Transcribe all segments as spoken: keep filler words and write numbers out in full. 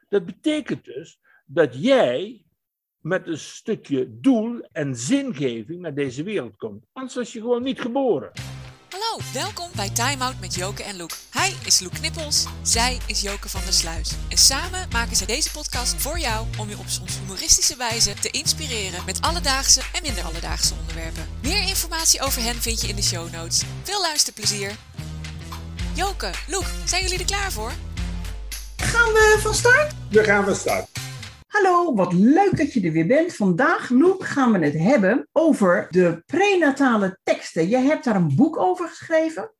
Dat betekent dus dat jij met een stukje doel en zingeving naar deze wereld komt. Anders was je gewoon niet geboren. Hallo, welkom bij Time Out met Joke en Loek. Hij is Loek Knippels, zij is Joke van der Sluis. En samen maken zij deze podcast voor jou om je op soms humoristische wijze te inspireren met alledaagse en minder alledaagse onderwerpen. Meer informatie over hen vind je in de show notes. Veel luisterplezier. Joke, Loek, zijn jullie er klaar voor? Gaan we van start? We gaan van start. Hallo, wat leuk dat je er weer bent. Vandaag, Loek, gaan we het hebben over de prenatale teksten. Jij hebt daar een boek over geschreven.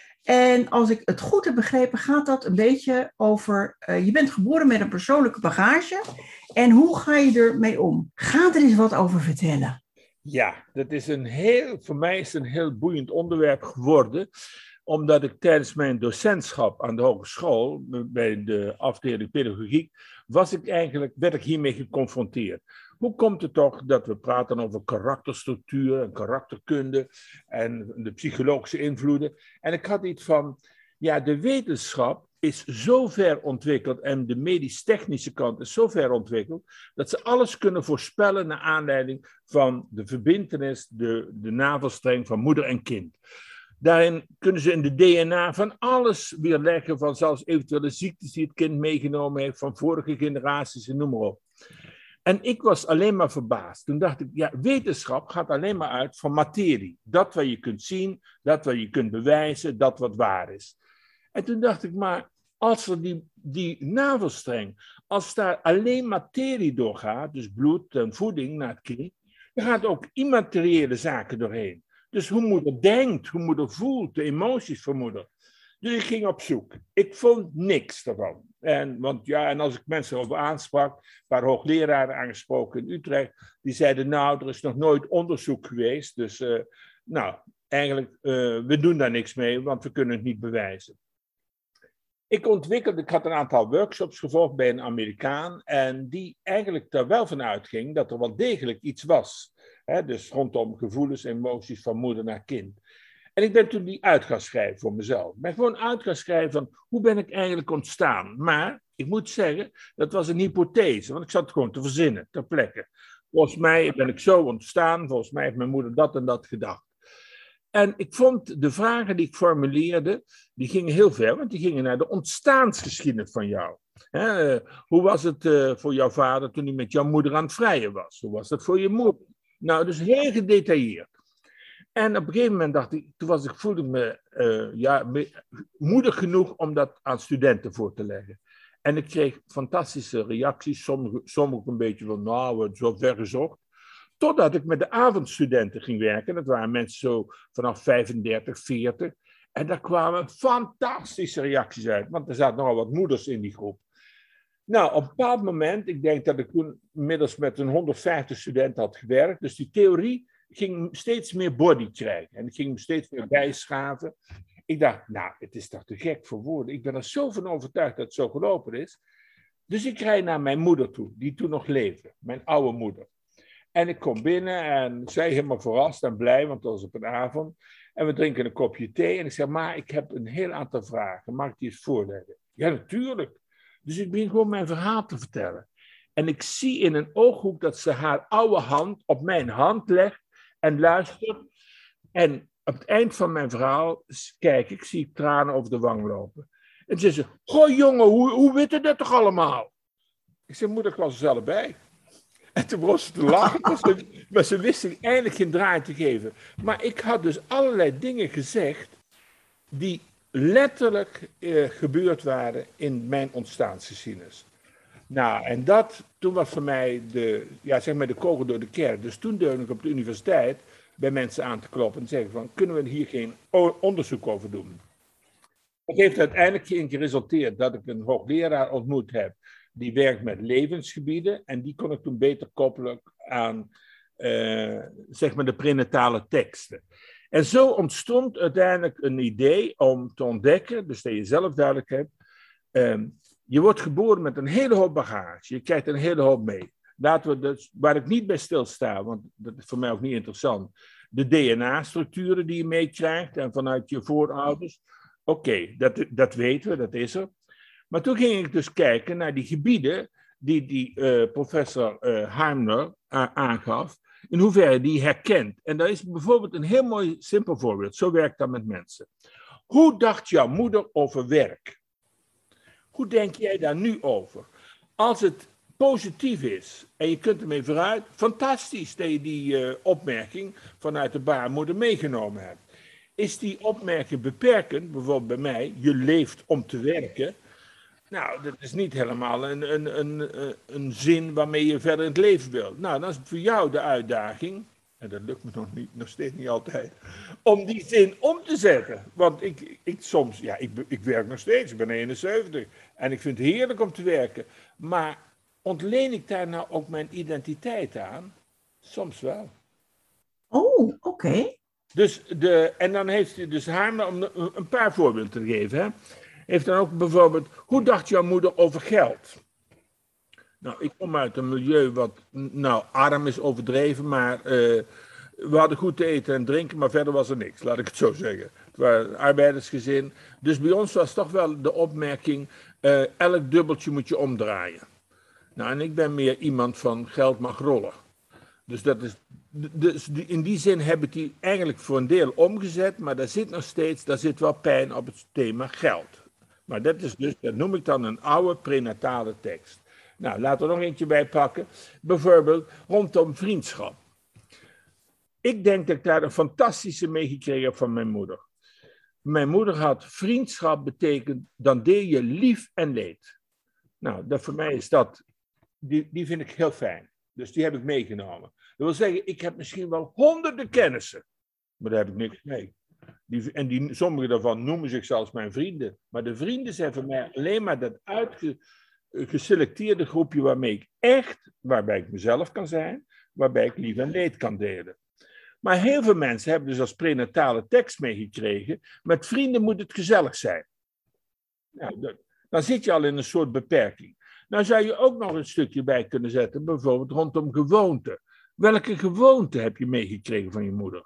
En als ik het goed heb begrepen, gaat dat een beetje over... Uh, je bent geboren met een persoonlijke bagage. En hoe ga je ermee om? Ga er eens wat over vertellen. Ja, dat is een heel, voor mij is het een heel boeiend onderwerp geworden. Omdat ik tijdens mijn docentschap aan de hogeschool, bij de afdeling pedagogiek, was ik eigenlijk, werd ik hiermee geconfronteerd. Hoe komt het toch dat we praten over karakterstructuur en karakterkunde en de psychologische invloeden? En ik had iets van, ja, de wetenschap is zo ver ontwikkeld en de medisch-technische kant is zo ver ontwikkeld, dat ze alles kunnen voorspellen naar aanleiding van de verbintenis, de, de navelstreng van moeder en kind. Daarin kunnen ze in de D N A van alles weerleggen, van zelfs eventuele ziektes die het kind meegenomen heeft, van vorige generaties en noem maar op. En ik was alleen maar verbaasd. Toen dacht ik, ja, wetenschap gaat alleen maar uit van materie. Dat wat je kunt zien, dat wat je kunt bewijzen, dat wat waar is. En toen dacht ik, maar als er die, die navelstreng, als daar alleen materie doorgaat, dus bloed en voeding naar het kind, dan gaat ook immateriële zaken doorheen. Dus hoe moeder denkt, hoe moeder voelt, de emoties van moeder. Dus ik ging op zoek. Ik vond niks daarvan. En, want ja, en als ik mensen erover aansprak, een paar hoogleraren aangesproken in Utrecht, die zeiden, nou, er is nog nooit onderzoek geweest. Dus, uh, nou, eigenlijk, uh, we doen daar niks mee, want we kunnen het niet bewijzen. Ik ontwikkelde, ik had een aantal workshops gevolgd bij een Amerikaan, en die eigenlijk daar wel van uitging dat er wel degelijk iets was. He, dus rondom gevoelens en emoties van moeder naar kind. En ik ben toen die uit gaan schrijven voor mezelf. Ik ben gewoon uit gaan schrijven van hoe ben ik eigenlijk ontstaan. Maar ik moet zeggen, dat was een hypothese, want ik zat het gewoon te verzinnen, ter plekke. Volgens mij ben ik zo ontstaan, volgens mij heeft mijn moeder dat en dat gedacht. En ik vond de vragen die ik formuleerde, die gingen heel ver, want die gingen naar de ontstaansgeschiedenis van jou. He, uh, hoe was het uh, voor jouw vader toen hij met jouw moeder aan het vrijen was? Hoe was dat voor je moeder? Nou, dus heel gedetailleerd. En op een gegeven moment dacht ik, toen was ik, voelde ik me uh, ja, me, moedig genoeg om dat aan studenten voor te leggen. En ik kreeg fantastische reacties, sommige, sommige een beetje van, nou, het is wel ver gezocht. Totdat ik met de avondstudenten ging werken. Dat waren mensen zo vanaf vijfendertig, veertig. En daar kwamen fantastische reacties uit, want er zaten nogal wat moeders in die groep. Nou, op een bepaald moment, ik denk dat ik toen inmiddels met een honderdvijftig studenten had gewerkt, dus die theorie ging steeds meer body krijgen. En ik ging me steeds meer bijschaven. Ik dacht, nou, het is toch te gek voor woorden. Ik ben er zo van overtuigd dat het zo gelopen is. Dus ik rijd naar mijn moeder toe, die toen nog leefde, mijn oude moeder. En ik kom binnen en zij helemaal verrast en blij, want dat was op een avond. En we drinken een kopje thee en ik zeg, maar ik heb een heel aantal vragen. Mag ik die eens voorleggen? Ja, natuurlijk. Dus ik begin gewoon mijn verhaal te vertellen. En ik zie in een ooghoek dat ze haar oude hand op mijn hand legt en luistert. En op het eind van mijn verhaal kijk ik, zie ik tranen over de wang lopen. En ze zegt, goh jongen, hoe, hoe weet je dat toch allemaal? Ik zeg, moeder, ik was er zelf bij. En toen begon ze te lachen, maar ze, maar ze wist eindelijk geen draai te geven. Maar ik had dus allerlei dingen gezegd die letterlijk eh, gebeurd waren in mijn ontstaansgeschiedenis. Nou, en dat, toen was voor mij de, ja, zeg maar de kogel door de kerk. Dus toen durfde ik op de universiteit bij mensen aan te kloppen en zeggen van, kunnen we hier geen onderzoek over doen? Dat heeft uiteindelijk geresulteerd dat ik een hoogleraar ontmoet heb, die werkt met levensgebieden en die kon ik toen beter koppelen aan, uh, zeg maar, de prenatale teksten. En zo ontstond uiteindelijk een idee om te ontdekken, dus dat je zelf duidelijk hebt, um, je wordt geboren met een hele hoop bagage, je krijgt een hele hoop mee. Laten we dus, waar ik niet bij stilsta, want dat is voor mij ook niet interessant, de D N A-structuren die je meekrijgt en vanuit je voorouders, oké, okay, dat, dat weten we, dat is er. Maar toen ging ik dus kijken naar die gebieden die, die uh, professor uh, Heimler uh, aangaf, in hoeverre die herkent. En daar is bijvoorbeeld een heel mooi simpel voorbeeld. Zo werkt dat met mensen. Hoe dacht jouw moeder over werk? Hoe denk jij daar nu over? Als het positief is en je kunt ermee vooruit, fantastisch dat je die uh, opmerking vanuit de baarmoeder meegenomen hebt. Is die opmerking beperkend, bijvoorbeeld bij mij, je leeft om te werken? Nou, dat is niet helemaal een, een, een, een zin waarmee je verder in het leven wilt. Nou, dan is het voor jou de uitdaging, en dat lukt me nog, niet, nog steeds niet altijd, om die zin om te zetten. Want ik, ik soms, ja, ik, ik werk nog steeds, ik ben eenenzeventig en ik vind het heerlijk om te werken. Maar ontleen ik daar nou ook mijn identiteit aan? Soms wel. Oh, oké. Okay. Dus de, en dan heeft hij dus haar, om een paar voorbeelden te geven, hè. Heeft dan ook bijvoorbeeld, hoe dacht jouw moeder over geld? Nou, ik kom uit een milieu wat, nou, arm is overdreven, maar uh, we hadden goed te eten en drinken, maar verder was er niks, laat ik het zo zeggen. Het was een arbeidersgezin. Dus bij ons was toch wel de opmerking, uh, elk dubbeltje moet je omdraaien. Nou, en ik ben meer iemand van geld mag rollen. Dus, dat is, dus in die zin heb ik die eigenlijk voor een deel omgezet, maar daar zit nog steeds, daar zit wel pijn op het thema geld. Maar dat is dus, dat noem ik dan een oude prenatale tekst. Nou, laten we er nog eentje bij pakken. Bijvoorbeeld rondom vriendschap. Ik denk dat ik daar een fantastische meegekregen heb van mijn moeder. Mijn moeder had vriendschap betekent, dan deel je lief en leed. Nou, dat voor mij is dat, die, die vind ik heel fijn. Dus die heb ik meegenomen. Dat wil zeggen, ik heb misschien wel honderden kennissen, maar daar heb ik niks mee. Die, en die, sommige daarvan noemen zich zelfs mijn vrienden. Maar de vrienden zijn voor mij alleen maar dat uitgeselecteerde groepje waarmee ik echt, waarbij ik mezelf kan zijn, waarbij ik lief en leed kan delen. Maar heel veel mensen hebben dus als prenatale tekst meegekregen, met vrienden moet het gezellig zijn. Nou, dat, dan zit je al in een soort beperking. Nou zou je ook nog een stukje bij kunnen zetten, bijvoorbeeld rondom gewoonte. Welke gewoonte heb je meegekregen van je moeder?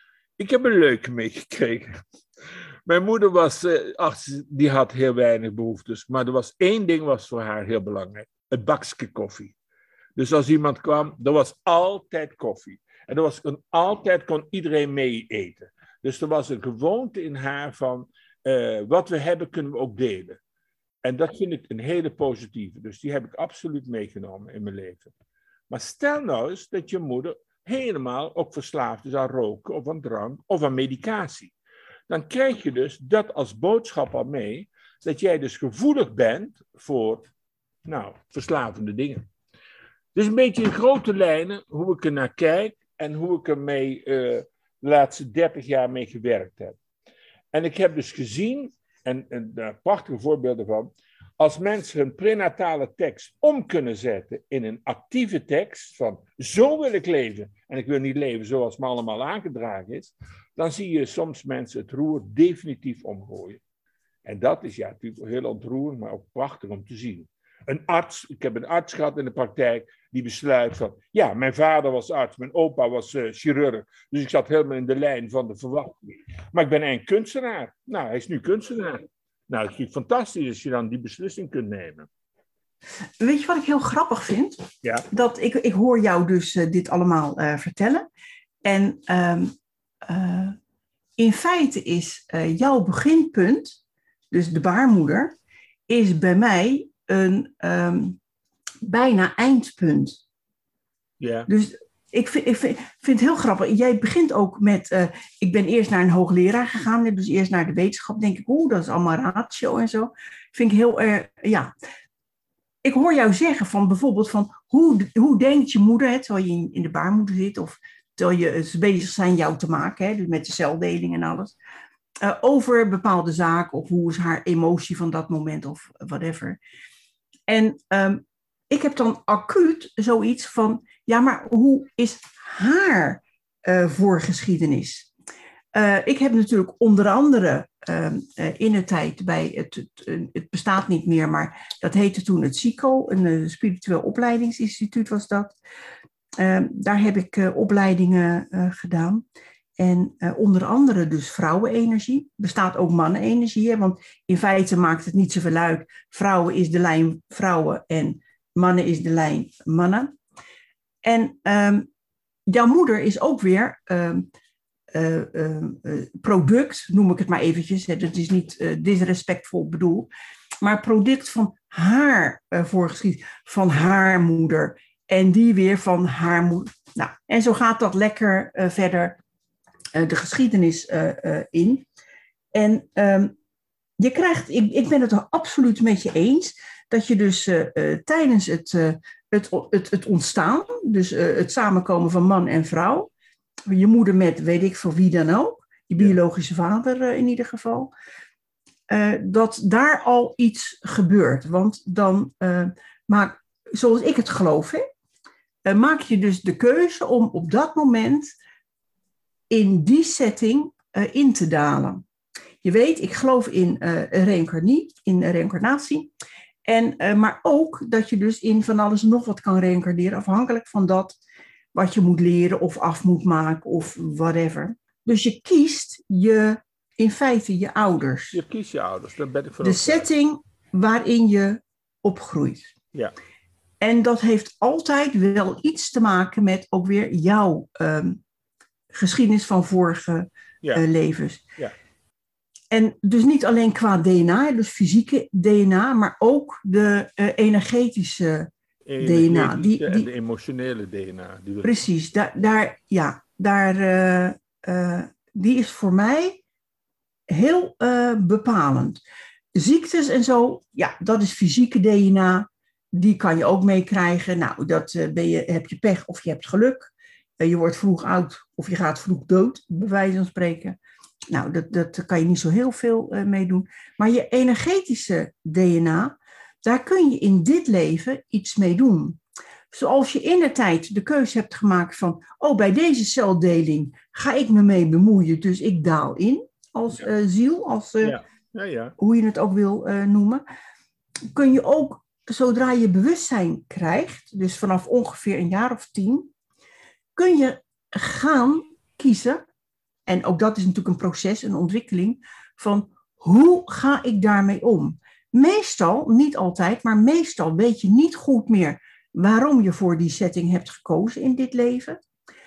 Ik heb een leuke meegekregen. Mijn moeder was, uh, ach, die had heel weinig behoeftes, maar er was één ding was voor haar heel belangrijk. Het bakje koffie. Dus als iemand kwam, er was altijd koffie. En er was een, altijd kon iedereen mee eten. Dus er was een gewoonte in haar van, uh, wat we hebben kunnen we ook delen. En dat vind ik een hele positieve. Dus die heb ik absoluut meegenomen in mijn leven. Maar stel nou eens dat je moeder helemaal ook verslaafd is aan roken of aan drank of aan medicatie. Dan krijg je dus dat als boodschap al mee, dat jij dus gevoelig bent voor, nou, verslavende dingen. Dus een beetje in grote lijnen hoe ik er naar kijk en hoe ik er mee uh, de laatste dertig jaar mee gewerkt heb. En ik heb dus gezien, en, en daar prachtige voorbeelden van, als mensen hun prenatale tekst om kunnen zetten in een actieve tekst van zo wil ik leven en ik wil niet leven zoals me allemaal aangedragen is, dan zie je soms mensen het roer definitief omgooien. En dat is ja natuurlijk heel ontroerend, maar ook prachtig om te zien. Een arts, ik heb een arts gehad in de praktijk, die besluit van, ja, mijn vader was arts, mijn opa was uh, chirurg, dus ik zat helemaal in de lijn van de verwachting. Maar ik ben een kunstenaar. Nou, hij is nu kunstenaar. Nou, het is fantastisch als je dan die beslissing kunt nemen. Weet je wat ik heel grappig vind? Ja. Dat ik, ik hoor jou dus uh, dit allemaal uh, vertellen. En um, uh, in feite is uh, jouw beginpunt, dus de baarmoeder, is bij mij een um, bijna eindpunt. Ja. Dus ik vind, ik vind, vind het heel grappig. Jij begint ook met, uh, ik ben eerst naar een hoogleraar gegaan, dus eerst naar de wetenschap, denk ik, oeh, dat is allemaal ratio en zo. Vind ik heel erg, uh, ja. Ik hoor jou zeggen van bijvoorbeeld van, hoe, hoe denkt je moeder, hè, terwijl je in de baarmoeder zit, of terwijl je, ze bezig zijn jou te maken, hè, dus met de celdeling en alles, uh, over bepaalde zaken, of hoe is haar emotie van dat moment, of whatever. En um, ik heb dan acuut zoiets van, ja, maar hoe is haar uh, voorgeschiedenis? Uh, ik heb natuurlijk onder andere uh, uh, in de tijd bij, het, het, het bestaat niet meer, maar dat heette toen het S I C O, een uh, spiritueel opleidingsinstituut was dat. Uh, daar heb ik uh, opleidingen uh, gedaan. En uh, onder andere dus vrouwenenergie. Bestaat ook mannenenergie. Hè? Want in feite maakt het niet zoveel uit. Vrouwen is de lijn vrouwen en mannen is de lijn mannen. En um, jouw moeder is ook weer um, uh, uh, uh, product, noem ik het maar eventjes. Hè? Dat is niet uh, disrespectvol bedoeld. Maar product van haar uh, voorgeschiedenis, van haar moeder. En die weer van haar moeder. Nou, en zo gaat dat lekker uh, verder uh, de geschiedenis uh, uh, in. En um, je krijgt, ik, ik ben het er absoluut met je eens, dat je dus uh, uh, tijdens het, uh, het, het, het ontstaan, dus uh, het samenkomen van man en vrouw, je moeder met weet ik voor wie dan ook, je biologische vader uh, in ieder geval, uh, dat daar al iets gebeurt. Want dan uh, maak, zoals ik het geloof, hè, uh, maak je dus de keuze om op dat moment in die setting uh, in te dalen. Je weet, ik geloof in uh, reïncarnatie, in reïncarnatie. En, uh, maar ook dat je dus in van alles nog wat kan reïncarneren, afhankelijk van dat wat je moet leren of af moet maken of whatever. Dus je kiest je, in feite je ouders. Je kiest je ouders, daar ben ik van De overtuigd. setting waarin je opgroeit. Ja. En dat heeft altijd wel iets te maken met ook weer jouw um, geschiedenis van vorige Ja. uh, levens. Ja. En dus niet alleen qua D N A, dus fysieke D N A, maar ook de uh, energetische D N A. Die, die, en de emotionele D N A. Die we... Precies, daar, daar, ja, daar, uh, uh, die is voor mij heel uh, bepalend. Ziektes en zo, ja, dat is fysieke D N A. Die kan je ook meekrijgen. Nou, dat uh, ben je, heb je pech of je hebt geluk. Uh, je wordt vroeg oud of je gaat vroeg dood, bij wijze van spreken. Nou, dat, dat kan je niet zo heel veel uh, mee doen. Maar je energetische D N A, daar kun je in dit leven iets mee doen. Zoals je in de tijd de keuze hebt gemaakt van, oh, bij deze celdeling ga ik me mee bemoeien, dus ik daal in als Ja. uh, ziel, als, uh, Ja. Ja, ja. hoe je het ook wil uh, noemen. Kun je ook, zodra je bewustzijn krijgt, dus vanaf ongeveer een jaar of tien, kun je gaan kiezen, en ook dat is natuurlijk een proces, een ontwikkeling, van hoe ga ik daarmee om? Meestal, niet altijd, maar meestal weet je niet goed meer waarom je voor die setting hebt gekozen in dit leven.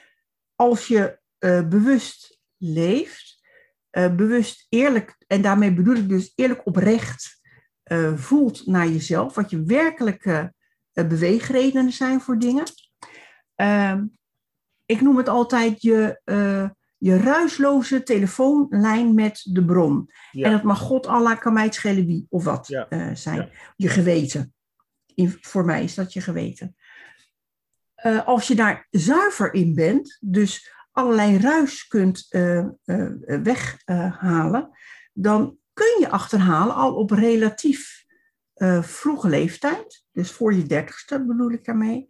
Als je uh, bewust leeft, uh, bewust eerlijk, en daarmee bedoel ik dus eerlijk oprecht uh, voelt naar jezelf, wat je werkelijke uh, beweegredenen zijn voor dingen. Uh, ik noem het altijd je... Uh, Je ruisloze telefoonlijn met de bron. Ja. En dat mag God, Allah, kan mij het schelen wie of wat ja. uh, zijn. Ja. Je geweten. In, voor mij is dat je geweten. Uh, als je daar zuiver in bent, dus allerlei ruis kunt uh, uh, weghalen, uh, dan kun je achterhalen al op relatief uh, vroege leeftijd, dus voor je dertigste bedoel ik daarmee,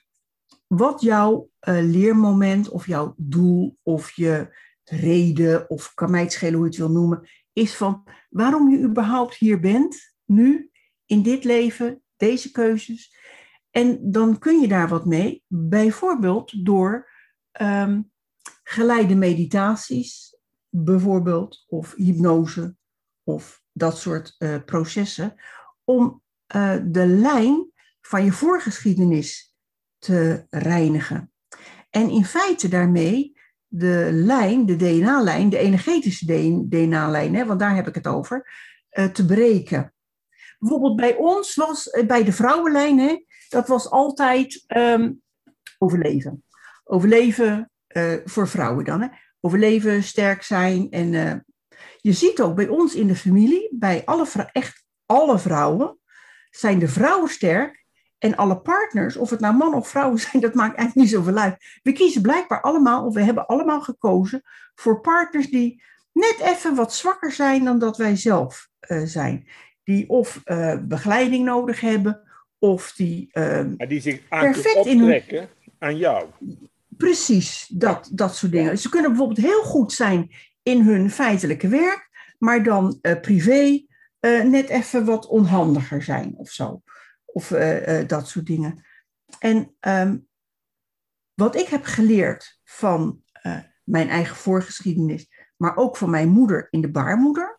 wat jouw uh, leermoment of jouw doel of je reden of kan mij het schelen hoe je het wil noemen, is van waarom je überhaupt hier bent, nu, in dit leven, deze keuzes. En dan kun je daar wat mee, bijvoorbeeld door um, geleide meditaties, bijvoorbeeld, of hypnose, of dat soort uh, processen, om uh, de lijn van je voorgeschiedenis te reinigen. En in feite daarmee de lijn, de D N A-lijn, de energetische D N A-lijn, hè, want daar heb ik het over, uh, te breken. Bijvoorbeeld bij ons was, uh, bij de vrouwenlijn, hè, dat was altijd um, overleven. Overleven uh, voor vrouwen dan. Hè. Overleven, sterk zijn. En uh, je ziet ook bij ons in de familie, bij alle, echt alle vrouwen, zijn de vrouwen sterk. En alle partners, of het nou man of vrouw zijn, dat maakt eigenlijk niet zoveel uit. We kiezen blijkbaar allemaal, of we hebben allemaal gekozen voor partners die net even wat zwakker zijn dan dat wij zelf uh, zijn. Die of uh, begeleiding nodig hebben, of die, uh, ja, die zich aan perfect in hun... aan jou. Precies, dat, dat soort dingen. Ze kunnen bijvoorbeeld heel goed zijn in hun feitelijke werk, maar dan uh, privé uh, net even wat onhandiger zijn of zo. Of uh, uh, dat soort dingen. En um, wat ik heb geleerd van uh, mijn eigen voorgeschiedenis, maar ook van mijn moeder in de baarmoeder,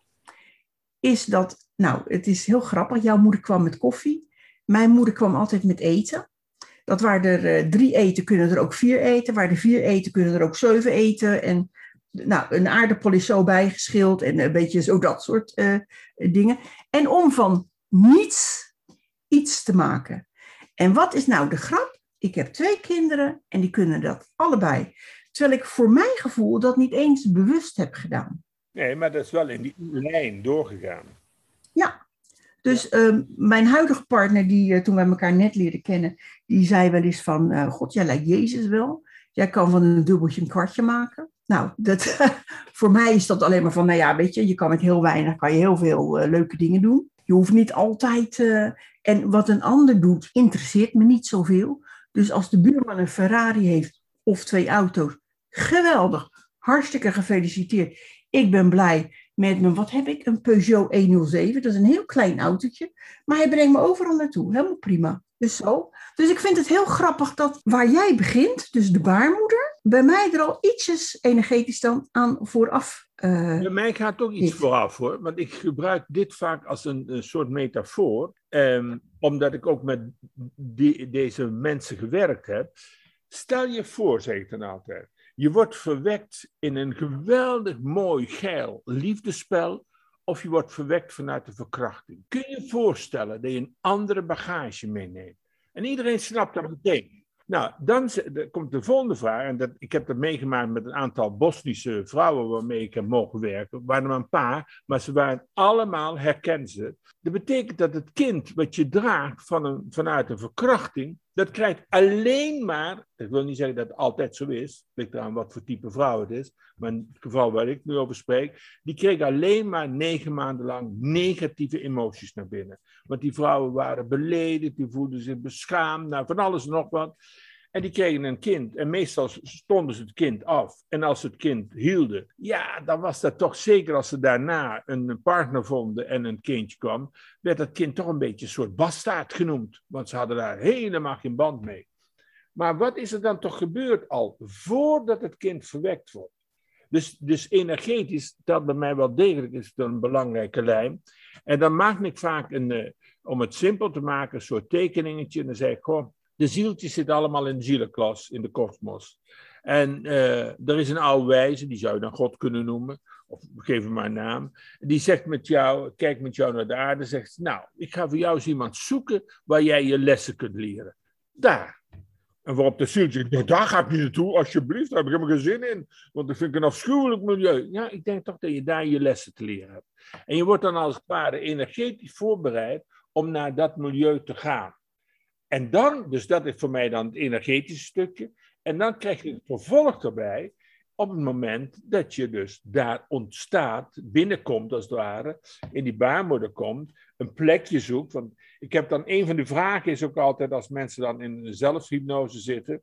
is dat, nou, het is heel grappig. Jouw moeder kwam met koffie. Mijn moeder kwam altijd met eten. Dat waar er uh, drie eten, kunnen er ook vier eten. Waar er vier eten, kunnen er ook zeven eten. En nou, een aardappel is zo bijgeschild en een beetje zo dat soort uh, dingen. En om van niets iets te maken. En wat is nou de grap? Ik heb twee kinderen en die kunnen dat allebei. Terwijl ik voor mijn gevoel dat niet eens bewust heb gedaan. Nee, maar dat is wel in die lijn doorgegaan. Ja, dus ja. Uh, mijn huidige partner, die uh, toen wij elkaar net leerden kennen, die zei wel eens van, uh, god, jij lijkt Jezus wel. Jij kan van een dubbeltje een kwartje maken. Nou, dat, voor mij is dat alleen maar van, nou ja, weet je, je kan met heel weinig, kan je heel veel uh, leuke dingen doen. Je hoeft niet altijd, uh, en wat een ander doet, interesseert me niet zoveel. Dus als de buurman een Ferrari heeft of twee auto's, geweldig, hartstikke gefeliciteerd. Ik ben blij met mijn, wat heb ik, een Peugeot honderdzeven. Dat is een heel klein autootje, maar hij brengt me overal naartoe. Helemaal prima. Dus zo. Dus ik vind het heel grappig dat waar jij begint, dus de baarmoeder, bij mij er al ietsjes energetisch dan aan vooraf. Uh, bij mij gaat ook iets is. vooraf hoor, want ik gebruik dit vaak als een, een soort metafoor, um, omdat ik ook met die, deze mensen gewerkt heb. Stel je voor, zeg ik dan altijd, je wordt verwekt in een geweldig mooi, geil liefdespel, of je wordt verwekt vanuit de verkrachting. Kun je je voorstellen dat je een andere bagage meeneemt? En iedereen snapt dat meteen. Nou, dan komt de volgende vraag, en dat, ik heb dat meegemaakt met een aantal Bosnische vrouwen waarmee ik heb mogen werken. Er waren er maar een paar, maar ze waren allemaal, herkennen ze. Dat betekent dat het kind wat je draagt van een, vanuit een verkrachting, dat krijgt alleen maar, ik wil niet zeggen dat het altijd zo is, het ligt eraan wat voor type vrouw het is, maar in het geval waar ik nu over spreek, die kreeg alleen maar negen maanden lang negatieve emoties naar binnen. Want die vrouwen waren beledigd, die voelden zich beschaamd, nou, van alles en nog wat. En die kregen een kind en meestal stonden ze het kind af. En als ze het kind hielden, ja, dan was dat toch zeker als ze daarna een partner vonden en een kindje kwam, werd dat kind toch een beetje een soort bastaard genoemd. Want ze hadden daar helemaal geen band mee. Maar wat is er dan toch gebeurd al voordat het kind verwekt wordt? Dus, dus energetisch, dat bij mij wel degelijk is een belangrijke lijn. En dan maak ik vaak, een, om het simpel te maken, een soort tekeningetje. En dan zeg ik, goh, de zieltjes zitten allemaal in de zielenklas, in de kosmos. En uh, er is een oude wijze, die zou je dan God kunnen noemen, of geef hem maar een naam. Die zegt met jou, kijkt met jou naar de aarde, zegt, nou, ik ga voor jou eens iemand zoeken waar jij je lessen kunt leren. Daar. En waarop de zieltje zegt, nou, daar ga ik niet naartoe, alsjeblieft, daar heb ik helemaal geen zin in. Want dat vind ik een afschuwelijk milieu. Ja, ik denk toch dat je daar je lessen te leren hebt. En je wordt dan als het ware energetisch voorbereid om naar dat milieu te gaan. En dan, dus dat is voor mij dan het energetische stukje. En dan krijg je het vervolg erbij, op het moment dat je dus daar ontstaat, binnenkomt als het ware, in die baarmoeder komt, een plekje zoekt. Want ik heb dan, een van de vragen is ook altijd, als mensen dan in een zelfhypnose zitten,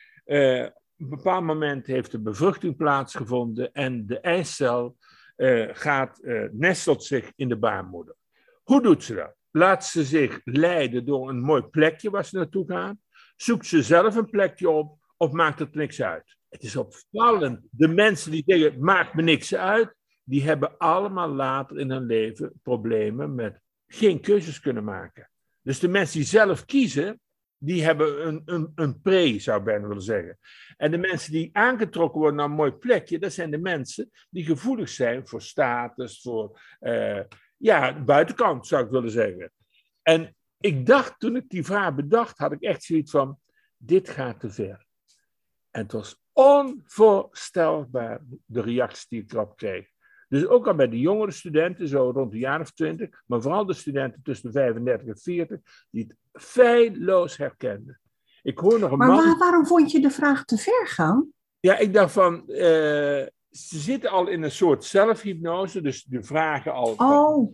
uh, op een bepaald moment heeft de bevruchting plaatsgevonden en de eicel uh, gaat, uh, nestelt zich in de baarmoeder. Hoe doet ze dat? Laat ze zich leiden door een mooi plekje waar ze naartoe gaan? Zoekt ze zelf een plekje op of maakt het niks uit? Het is opvallend. De mensen die zeggen, het maakt me niks uit, die hebben allemaal later in hun leven problemen met geen keuzes kunnen maken. Dus de mensen die zelf kiezen, die hebben een, een, een pre, zou ik bijna willen zeggen. En de mensen die aangetrokken worden naar een mooi plekje, dat zijn de mensen die gevoelig zijn voor status, voor... Uh, Ja, buitenkant zou ik willen zeggen. En ik dacht, toen ik die vraag bedacht, had ik echt zoiets van, dit gaat te ver. En het was onvoorstelbaar, de reacties die ik erop kreeg. Dus ook al bij de jongere studenten, zo rond de jaar of twintig, maar vooral de studenten tussen de vijfendertig en veertig, die het feilloos herkenden. Ik hoor nog een maar man... waar, waarom vond je de vraag te ver gaan? Ja, ik dacht van... Uh, Ze zitten al in een soort zelfhypnose, dus de vragen al van, oh.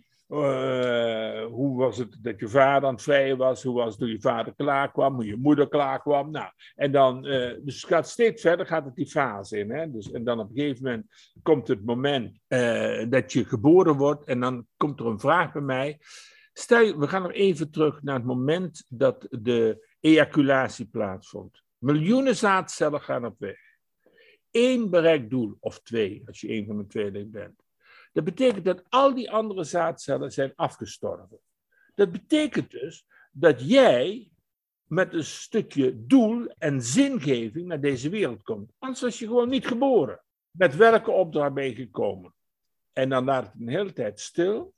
uh, hoe was het dat je vader aan het vrijen was, hoe was het toen je vader klaar kwam, hoe je moeder klaar kwam. Nou, en dan, uh, dus het gaat steeds verder, gaat het die fase in. Hè? Dus, en dan op een gegeven moment komt het moment uh, dat je geboren wordt en dan komt er een vraag bij mij. Stel, we gaan nog even terug naar het moment dat de ejaculatie plaatsvond. Miljoenen zaadcellen gaan op weg. één bereikt doel, of twee, als je één van de tweeling bent. Dat betekent dat al die andere zaadcellen zijn afgestorven. Dat betekent dus dat jij met een stukje doel en zingeving naar deze wereld komt. Anders was je gewoon niet geboren. Met welke opdracht ben je gekomen? En dan laat het een hele tijd stil.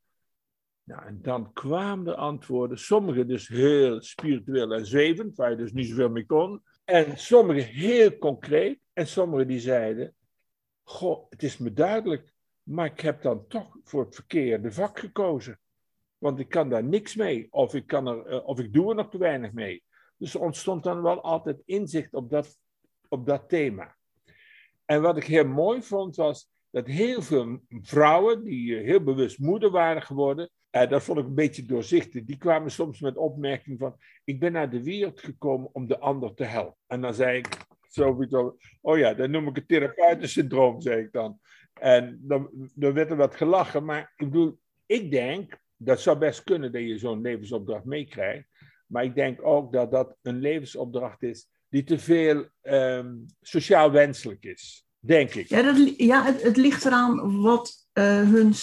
Nou, en dan kwamen de antwoorden. Sommige dus heel spiritueel en zwevend, waar je dus niet zoveel mee kon. En sommige heel concreet. En sommige die zeiden, goh, het is me duidelijk, maar ik heb dan toch voor het verkeerde vak gekozen. Want ik kan daar niks mee, of ik, kan er, of ik doe er nog te weinig mee. Dus er ontstond dan wel altijd inzicht op dat, op dat thema. En wat ik heel mooi vond, was dat heel veel vrouwen, die heel bewust moeder waren geworden, eh, dat vond ik een beetje doorzichtig, die kwamen soms met opmerking van, ik ben naar de wereld gekomen om de ander te helpen. En dan zei ik, zoiets over, oh ja, dat noem ik het therapeutensyndroom, zei ik dan. En dan, dan werd er wat gelachen, maar ik bedoel, ik denk, dat zou best kunnen dat je zo'n levensopdracht meekrijgt, maar ik denk ook dat dat een levensopdracht is die te veel um, sociaal wenselijk is, denk ik. Ja, dat, ja het, het ligt eraan wat uh, hun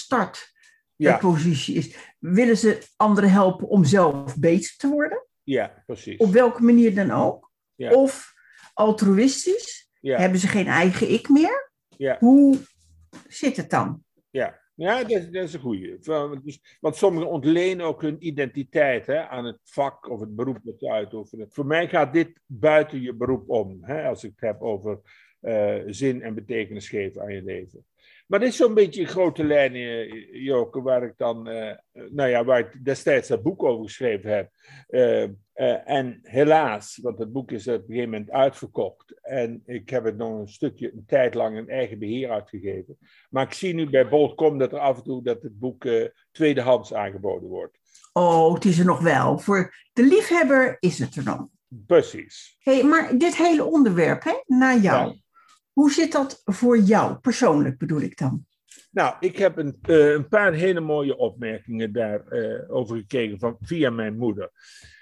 startpositie ja. is. Willen ze anderen helpen om zelf beter te worden? Ja, precies. Op welke manier dan ook? Ja. Of altruïstisch? Ja. Hebben ze geen eigen ik meer? Ja. Hoe zit het dan? Ja. Ja, dat is, dat is een goeie. Dus, want sommigen ontlenen ook hun identiteit hè, aan het vak of het beroep dat je uitoefent. Voor mij gaat dit buiten je beroep om, hè, als ik het heb over uh, zin en betekenis geven aan je leven. Maar dit is zo'n beetje in grote lijnen, Joke, waar ik dan, uh, nou ja, waar ik destijds dat boek over geschreven heb. Uh, uh, en helaas, want het boek is op een gegeven moment uitverkocht. En ik heb het nog een stukje, een tijd lang in eigen beheer uitgegeven. Maar ik zie nu bij bol punt com dat er af en toe dat het boek uh, tweedehands aangeboden wordt. Oh, het is er nog wel. Voor de liefhebber is het er dan. Precies. Hey, maar dit hele onderwerp, hè, naar jou. Ja. Hoe zit dat voor jou, persoonlijk bedoel ik dan? Nou, ik heb een, uh, een paar hele mooie opmerkingen daarover uh, over gekregen van, via mijn moeder.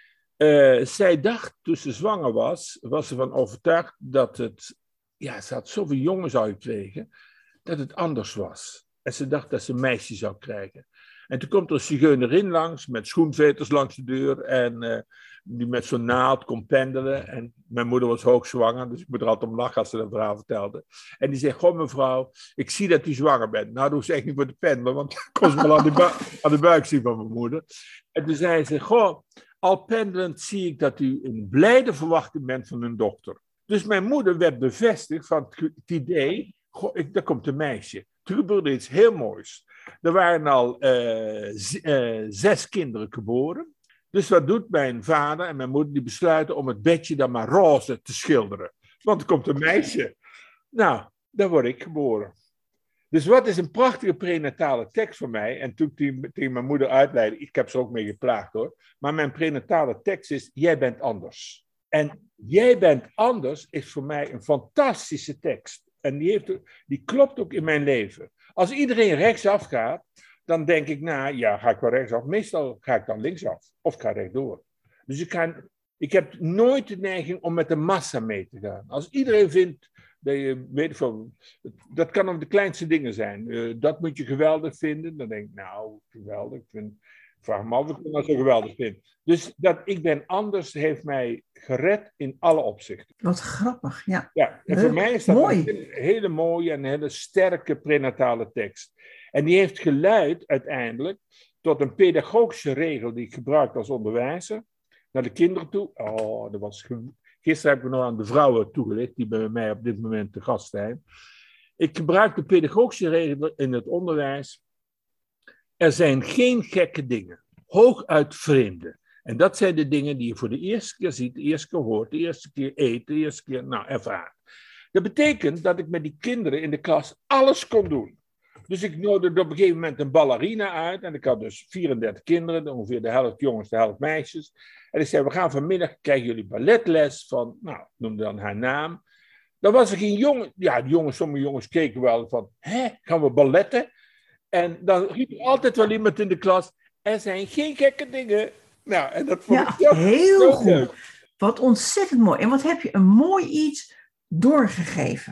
Uh, zij dacht, toen ze zwanger was, was ze van overtuigd dat het, ja, ze had zoveel jongen zou gekregen, dat het anders was. En ze dacht dat ze een meisje zou krijgen. En toen komt er een zigeunerin langs, met schoenveters langs de deur, en uh, die met zo'n naald kon pendelen. En mijn moeder was hoogzwanger, dus ik moet er altijd om lachen als ze dat verhaal vertelde. En die zegt, goh mevrouw, ik zie dat u zwanger bent. Nou, dat hoeft ze echt niet voor te pendelen, want ik kon ze wel aan de, bu- aan de buik zien van mijn moeder. En toen zei ze, goh, al pendelend zie ik dat u een blijde verwachting bent van een dochter. Dus mijn moeder werd bevestigd van het idee, goh, ik, daar komt een meisje. Er gebeurde iets heel moois. Er waren al uh, z- uh, zes kinderen geboren. Dus wat doet mijn vader en mijn moeder? Die besluiten om het bedje dan maar roze te schilderen. Want er komt een meisje. Nou, daar word ik geboren. Dus wat is een prachtige prenatale tekst voor mij. En toen ik die tegen mijn moeder uitleidde, ik heb ze ook mee geplaagd hoor. Maar mijn prenatale tekst is, jij bent anders. En jij bent anders is voor mij een fantastische tekst. En die, heeft, die klopt ook in mijn leven. Als iedereen rechtsaf gaat, dan denk ik, nou ja, ga ik wel rechtsaf. Meestal ga ik dan linksaf of ga rechtdoor. Dus ik, ga, ik heb nooit de neiging om met de massa mee te gaan. Als iedereen vindt, dat je, weet van, dat kan ook de kleinste dingen zijn. Uh, dat moet je geweldig vinden. Dan denk ik, nou, geweldig. Ik vind, vraag me af of ik dat zo geweldig vind. Dus dat ik ben anders heeft mij gered in alle opzichten. Wat grappig, ja. Ja, en Leuk. Voor mij is dat Mooi. een hele mooie en hele sterke prenatale tekst. En die heeft geleid uiteindelijk tot een pedagogische regel die ik gebruik als onderwijzer naar de kinderen toe. Oh, dat was ge- Gisteren heb ik nog aan de vrouwen toegelicht die bij mij op dit moment te gast zijn. Ik gebruik de pedagogische regel in het onderwijs. Er zijn geen gekke dingen, hooguit vreemde. En dat zijn de dingen die je voor de eerste keer ziet, de eerste keer hoort, de eerste keer eet, de eerste keer nou, ervaart. Dat betekent dat ik met die kinderen in de klas alles kon doen. Dus ik nodigde op een gegeven moment een ballerina uit. En ik had dus vierendertig kinderen, ongeveer de helft jongens, de helft meisjes. En ik zei, we gaan vanmiddag, krijgen jullie balletles van, nou, noemde dan haar naam. Dan was er geen jongen, ja, de jongens, sommige jongens keken wel van, hè, gaan we balletten? En dan riep er altijd wel iemand in de klas, er zijn geen gekke dingen. Nou, en dat vond Ja, ik zo, heel zo goed. leuk. Wat ontzettend mooi. En wat heb je een mooi iets doorgegeven.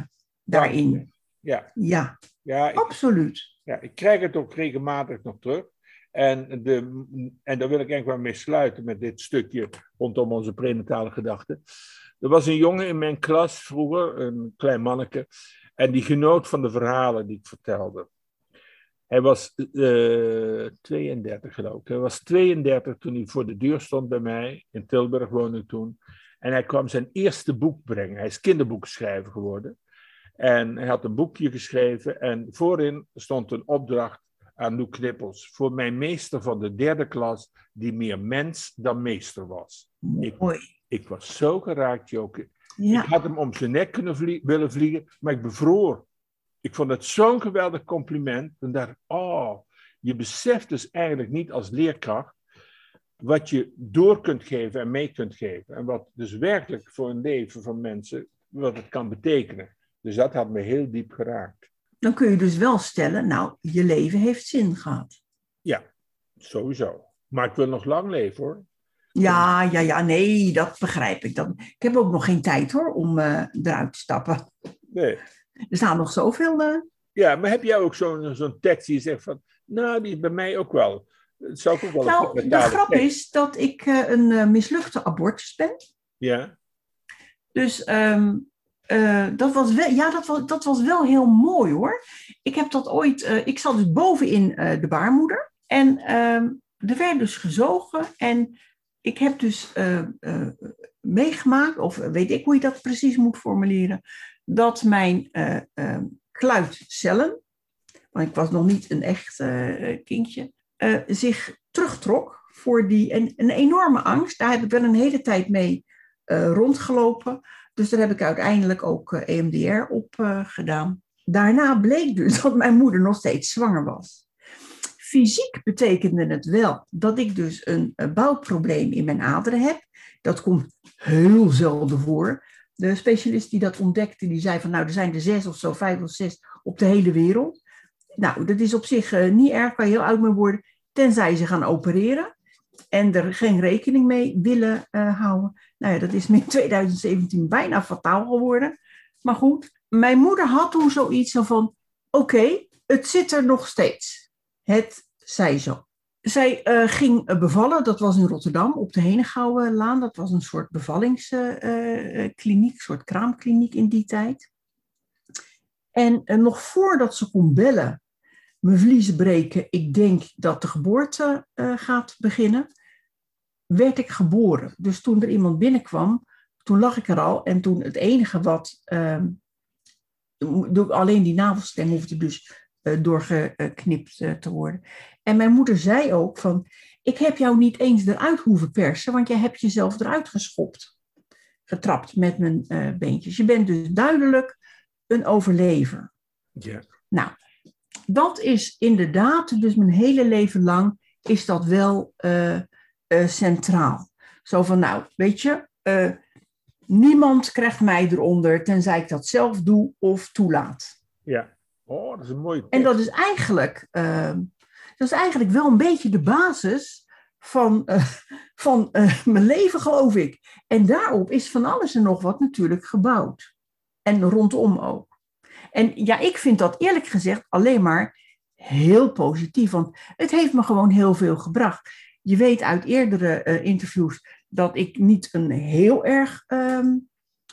daarin. Ja, Ja, ja, ik, absoluut. ja, ik krijg het ook regelmatig nog terug. En, de, en daar wil ik eigenlijk wel mee sluiten met dit stukje rondom onze prenatale gedachten. Er was een jongen in mijn klas vroeger, een klein manneke, en die genoot van de verhalen die ik vertelde. Hij was uh, tweeëndertig geloof ik. Hij was tweeëndertig toen hij voor de deur stond bij mij. In Tilburg woonde ik toen. En hij kwam zijn eerste boek brengen. Hij is kinderboekenschrijver geworden. En hij had een boekje geschreven. En voorin stond een opdracht aan Loek Knippels. Voor mijn meester van de derde klas, die meer mens dan meester was. Mooi. Ik, ik was zo geraakt, Joke. Ja. Ik had hem om zijn nek kunnen vlie- willen vliegen, maar ik bevroor. Ik vond het zo'n geweldig compliment. En dacht, oh, je beseft dus eigenlijk niet als leerkracht wat je door kunt geven en mee kunt geven. En wat dus werkelijk voor een leven van mensen, wat het kan betekenen. Dus dat had me heel diep geraakt. Dan kun je dus wel stellen, nou, je leven heeft zin gehad. Ja, sowieso. Maar ik wil nog lang leven, hoor. Ja, ja, ja, nee, dat begrijp ik. Dat, ik heb ook nog geen tijd, hoor, om uh, eruit te stappen. Nee. Er staan nog zoveel... Uh... Ja, maar heb jij ook zo'n zo'n tekst die je zegt van, nou, die is bij mij ook wel... Het zou ook wel nou, een de grap tekst. is dat ik uh, een uh, mislukte abortus ben. Ja. Dus um, uh, dat, was wel, ja, dat, was, dat was wel heel mooi, hoor. Ik heb dat ooit... Uh, ik zat dus bovenin uh, de baarmoeder. En um, er werd dus gezogen. En ik heb dus uh, uh, meegemaakt, of weet ik hoe je dat precies moet formuleren, dat mijn uh, uh, kluitcellen, want ik was nog niet een echt uh, kindje, uh, zich terugtrok voor die, en, een enorme angst. Daar heb ik wel een hele tijd mee uh, rondgelopen. Dus daar heb ik uiteindelijk ook uh, E M D R op uh, gedaan. Daarna bleek dus dat mijn moeder nog steeds zwanger was. Fysiek betekende het wel dat ik dus een, een bouwprobleem in mijn aderen heb. Dat komt heel zelden voor. De specialist die dat ontdekte, die zei van nou, er zijn er zes of zo, vijf of zes op de hele wereld. Nou, dat is op zich uh, niet erg, kan je heel oud mee worden, tenzij ze gaan opereren en er geen rekening mee willen uh, houden. Nou ja, dat is me in twintig zeventien bijna fataal geworden. Maar goed, mijn moeder had toen zoiets van, oké, okay, het zit er nog steeds. Het zij zo. Zij uh, ging uh, bevallen, dat was in Rotterdam, op de Henegouwenlaan. Dat was een soort bevallingskliniek, uh, een soort kraamkliniek in die tijd. En uh, nog voordat ze kon bellen, mijn vliezen breken, ik denk dat de geboorte uh, gaat beginnen, werd ik geboren. Dus toen er iemand binnenkwam, toen lag ik er al. En toen het enige wat, uh, alleen die navelstem hoefde dus doorgeknipt te worden. En mijn moeder zei ook van, ik heb jou niet eens eruit hoeven persen, want jij hebt jezelf eruit geschopt, getrapt met mijn uh, beentjes. Je bent dus duidelijk een overlever. Ja. Nou, dat is inderdaad, dus mijn hele leven lang is dat wel uh, uh, centraal. Zo van, nou, weet je, uh, niemand krijgt mij eronder, tenzij ik dat zelf doe of toelaat. Ja. Oh, dat is een mooie tekst. En dat is eigenlijk, uh, dat is eigenlijk wel een beetje de basis van, uh, van uh, mijn leven, geloof ik. En daarop is van alles en nog wat natuurlijk gebouwd. En rondom ook. En ja, ik vind dat eerlijk gezegd alleen maar heel positief. Want het heeft me gewoon heel veel gebracht. Je weet uit eerdere uh, interviews dat ik niet een heel erg um,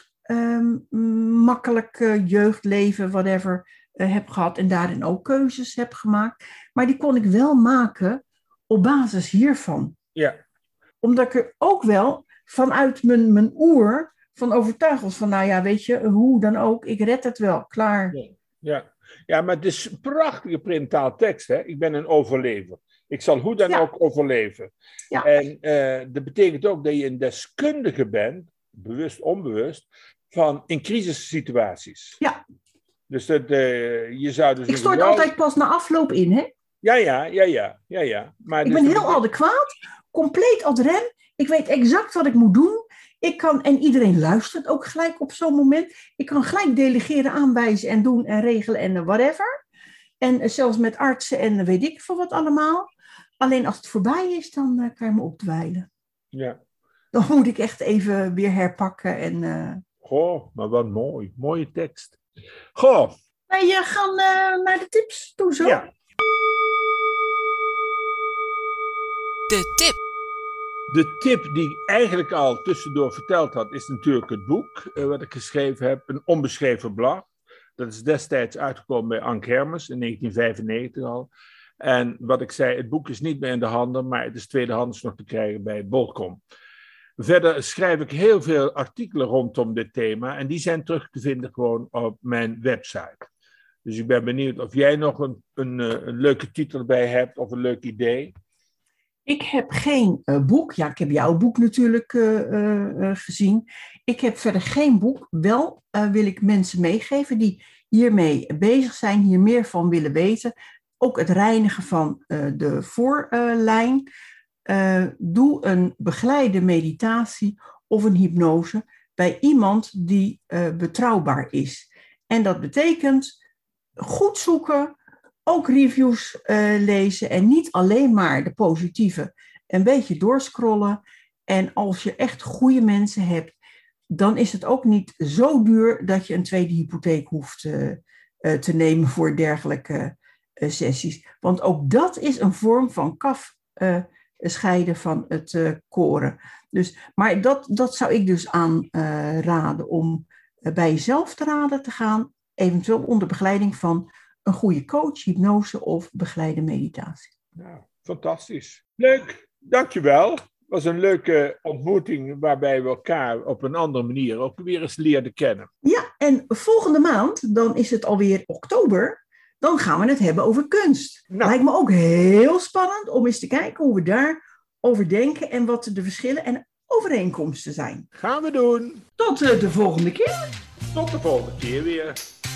um, makkelijk uh, jeugdleven, whatever, uh, heb gehad. En daarin ook keuzes heb gemaakt. Maar die kon ik wel maken op basis hiervan. Ja. Omdat ik er ook wel vanuit mijn, mijn oer van overtuigd was van, nou ja, weet je, hoe dan ook, ik red het wel, klaar. Ja, ja. ja maar het is een prachtige prenataal tekst, hè. Ik ben een overlever. Ik zal hoe dan ja. ook overleven. Ja. En uh, dat betekent ook dat je een deskundige bent, bewust, onbewust, van in crisissituaties. Ja. Dus dat, uh, je zou dus... Ik stort geweld... altijd pas na afloop in, hè? Ja, ja, ja, ja, ja, ja. Maar ik dus ben heel betekent... adequaat, compleet ad rem. Ik weet exact wat ik moet doen. Ik kan, en iedereen luistert ook gelijk op zo'n moment. Ik kan gelijk delegeren, aanwijzen en doen en regelen en whatever. En uh, zelfs met artsen en weet ik veel wat allemaal. Alleen als het voorbij is, dan uh, kan je me opdwijlen. Ja. Dan moet ik echt even weer herpakken. En, uh... Goh, maar wat mooi. Mooie tekst. Goh. Wij uh, gaan uh, naar de tips toe zo. Ja. De tip. De tip die ik eigenlijk al tussendoor verteld had, is natuurlijk het boek uh, wat ik geschreven heb. Een onbeschreven blad. Dat is destijds uitgekomen bij Ank Hermers in negentien vijfennegentig al. En wat ik zei, het boek is niet meer in de handen, maar het is tweedehands nog te krijgen bij Bol.com. Verder schrijf ik heel veel artikelen rondom dit thema en die zijn terug te vinden gewoon op mijn website. Dus ik ben benieuwd of jij nog een, een, een leuke titel erbij hebt of een leuk idee. Ik heb geen uh, boek. Ja, ik heb jouw boek natuurlijk uh, uh, uh, gezien. Ik heb verder geen boek. Wel uh, wil ik mensen meegeven die hiermee bezig zijn, hier meer van willen weten. Ook het reinigen van uh, de voorlijn. Uh, doe een begeleide meditatie of een hypnose bij iemand die uh, betrouwbaar is. En dat betekent goed zoeken, ook reviews uh, lezen en niet alleen maar de positieve. Een beetje doorscrollen. En als je echt goede mensen hebt, dan is het ook niet zo duur dat je een tweede hypotheek hoeft uh, uh, te nemen voor dergelijke uh, sessies. Want ook dat is een vorm van kaf uh, scheiden van het uh, koren. Dus, maar dat, dat zou ik dus aanraden uh, om uh, bij jezelf te raden te gaan, eventueel onder begeleiding van een goede coach, hypnose of begeleide meditatie. Nou, fantastisch. Leuk, dankjewel. Het was een leuke ontmoeting waarbij we elkaar op een andere manier ook weer eens leerden kennen. Ja, en volgende maand, dan is het alweer oktober, dan gaan we het hebben over kunst. Nou. Lijkt me ook heel spannend om eens te kijken hoe we daarover denken en wat de verschillen en overeenkomsten zijn. Gaan we doen. Tot uh, de volgende keer. Tot de volgende keer weer.